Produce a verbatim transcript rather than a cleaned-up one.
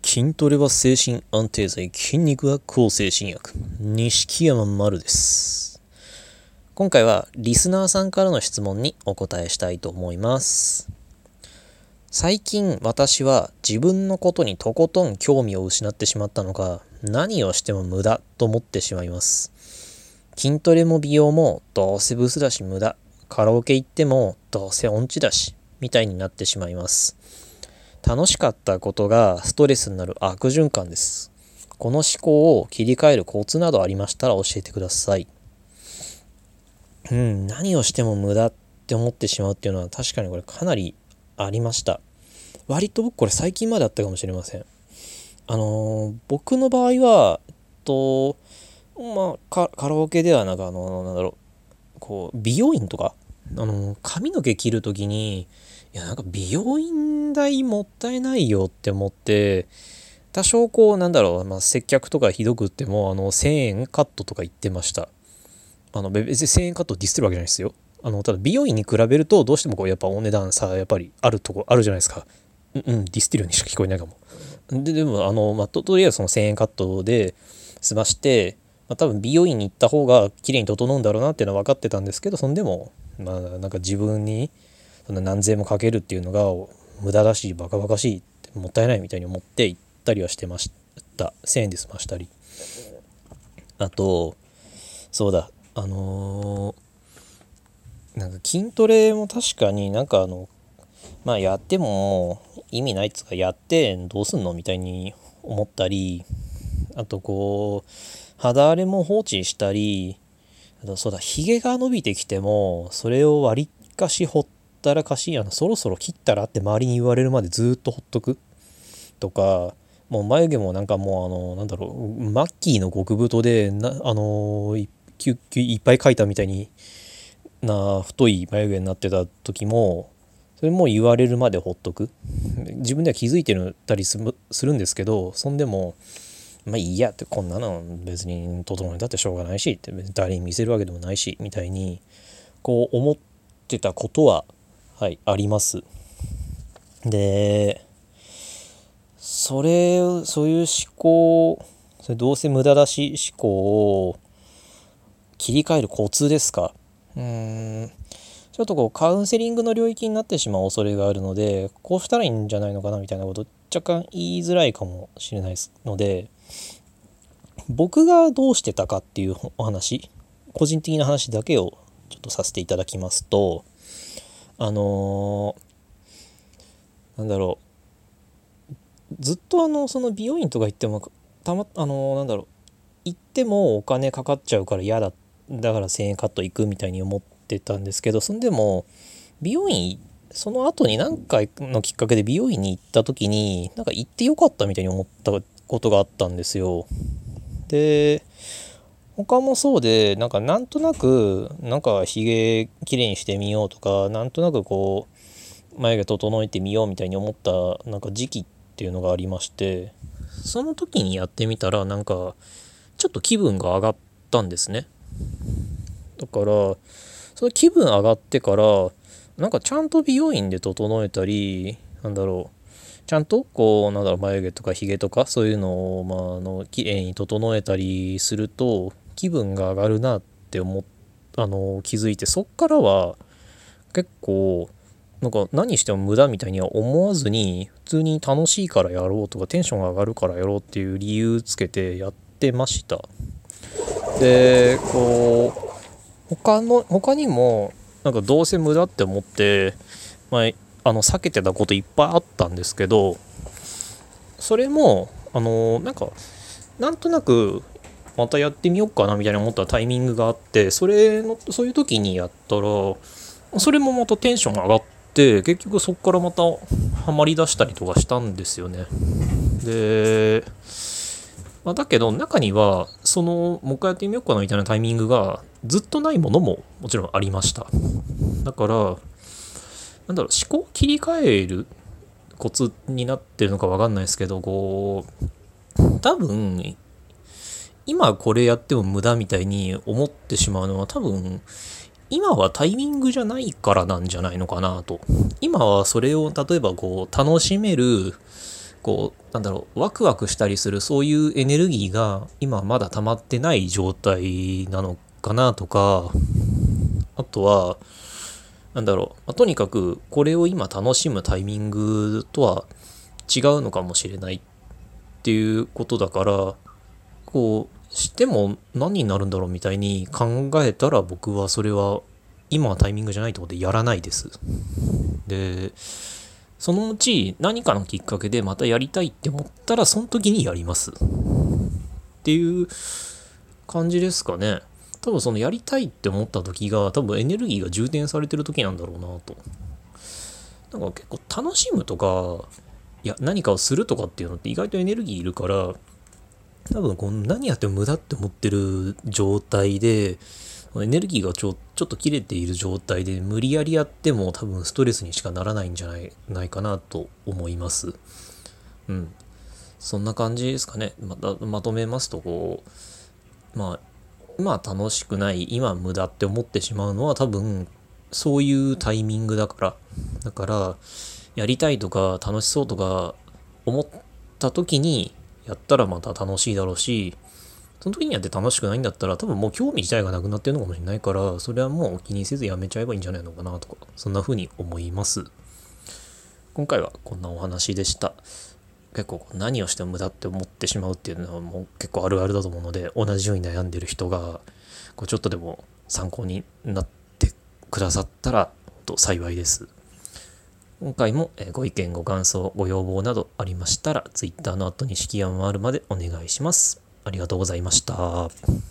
筋トレは精神安定剤、筋肉は抗精神薬。錦山丸です。今回はリスナーさんからの質問にお答えしたいと思います。最近私は自分のことにとことん興味を失ってしまったのか、何をしても無駄と思ってしまいます。筋トレも美容もどうせブスだし無駄、カラオケ行ってもどうせ音痴だしみたいになってしまいます。楽しかったことがストレスになる悪循環です。この思考を切り替えるコツなどありましたら教えてください。うん、何をしても無駄って思ってしまうっていうのは確かにこれかなりありました。割と僕これ最近まであったかもしれません。あのー、僕の場合は、えっと、まあカ、カラオケではなんかあの、なんだろう、こう、美容院とか、あのー、髪の毛切るときに、いやなんか美容院代もったいないよって思って、多少こうなんだろう、まあ、接客とかひどくってもあのせんえんカットとか言ってました。あの別にせんえんカットディスってるわけじゃないですよ。あのただ美容院に比べるとどうしてもこうやっぱお値段さやっぱりあるとこあるじゃないですか。うんうんディスってるようにしか聞こえないかも。ででもあの、まあ、と, とりあえずそのせんえんカットで済まして、まあ、多分美容院に行った方が綺麗に整うんだろうなっていうのは分かってたんですけど、そんでもまあなんか自分にそんな何千円もかけるっていうのが無駄だしバカバカしいってもったいないみたいに思って行ったりはしてました。せんえんで済ましたり、あとそうだあのー、なんか筋トレも確かになんかあのまあやっても意味ないっつうかやってどうすんのみたいに思ったり、あとこう肌荒れも放置したり、あとそうだひげが伸びてきてもそれを割りかしほったらかしあのそろそろ切ったらって周りに言われるまでずっとほっとくとか、もう眉毛もなんかもうあのなんだろうマッキーの極太でなあのいいっぱい描いたみたいにな太い眉毛になってた時もそれも言われるまでほっとく。自分では気づいてたりするんですけど、そんでもまあいいやって、こんなの別に整えたってしょうがないしって別に誰に見せるわけでもないしみたいにこう思ってたことははいあります。でそれそういう思考、それどうせ無駄だし思考を切り替えるコツですか。うーんちょっとこうカウンセリングの領域になってしまう恐れがあるので、こうしたらいいんじゃないのかなみたいなこと若干言いづらいかもしれないですので、僕がどうしてたかっていうお話、個人的な話だけをちょっとさせていただきますと、あのー、なんだろうずっとあのその美容院とか行ってもたまあのー、なんだろう行ってもお金かかっちゃうから嫌だ、だからせんえんカット行くみたいに思ってたんですけど、そんでも美容院その後に何回のきっかけで美容院に行った時になんか行ってよかったみたいに思ったことがあったんですよ。で他もそうで、なんかなんとなくなんかひげきれいにしてみようとか、なんとなくこう眉毛整えてみようみたいに思ったなんか時期っていうのがありまして、その時にやってみたらなんかちょっと気分が上がったんですね。だからその気分上がってからなんかちゃんと美容院で整えたり、なんだろうちゃんとこうなんだろう眉毛とかひげとかそういうのをまああの綺麗に整えたりすると気分が上がるなって思っあの気づいて、そっからは結構なんか何しても無駄みたいには思わずに普通に楽しいからやろうとかテンションが上がるからやろうっていう理由つけてやってました。でこう他の他にもなんかどうせ無駄って思って、まあ、あの避けてたこといっぱいあったんですけど、それもあのなんかなんとなくまたやってみようかなみたいな思ったタイミングがあって、それのそういう時にやったらそれもまたテンションが上がって結局そこからまたハマりだしたりとかしたんですよね。でまあ、だけど中にはそのもう一回やってみようかなみたいなタイミングがずっとないものももちろんありました。だからなんだろう思考を切り替えるコツになってるのか分かんないですけど、こう多分今これやっても無駄みたいに思ってしまうのは多分今はタイミングじゃないからなんじゃないのかなと。今はそれを例えばこう楽しめるこうなんだろうワクワクしたりするそういうエネルギーが今まだ溜まってない状態なのかなとか、あとはなんだろう、まあとにかくこれを今楽しむタイミングとは違うのかもしれないっていうことだから、こうしても何になるんだろうみたいに考えたら、僕はそれは今はタイミングじゃないってことでやらないです。でそのうち何かのきっかけでまたやりたいって思ったら、その時にやりますっていう感じですかね。多分そのやりたいって思った時が多分エネルギーが充填されてる時なんだろうなと。なんか結構楽しむとか、いや何かをするとかっていうのって意外とエネルギーいるから、多分こう何やっても無駄って思ってる状態で、エネルギーがちょちょっと切れている状態で無理やりやっても多分ストレスにしかならないんじゃないないかなと思います。うん。そんな感じですかね。またまとめますと、こうまあ今楽しくない、今無駄って思ってしまうのは多分そういうタイミングだから。だからやりたいとか楽しそうとか思った時にやったらまた楽しいだろうし、その時にやって楽しくないんだったら多分もう興味自体がなくなってるのかもしれないから、それはもう気にせずやめちゃえばいいんじゃないのかなとか、そんな風に思います。今回はこんなお話でした。結構何をしても無駄って思ってしまうっていうのはもう結構あるあるだと思うので、同じように悩んでる人がこうちょっとでも参考になってくださったらと幸いです。今回もご意見ご感想ご要望などありましたら Twitter の後に式山あるまでお願いします。ありがとうございました。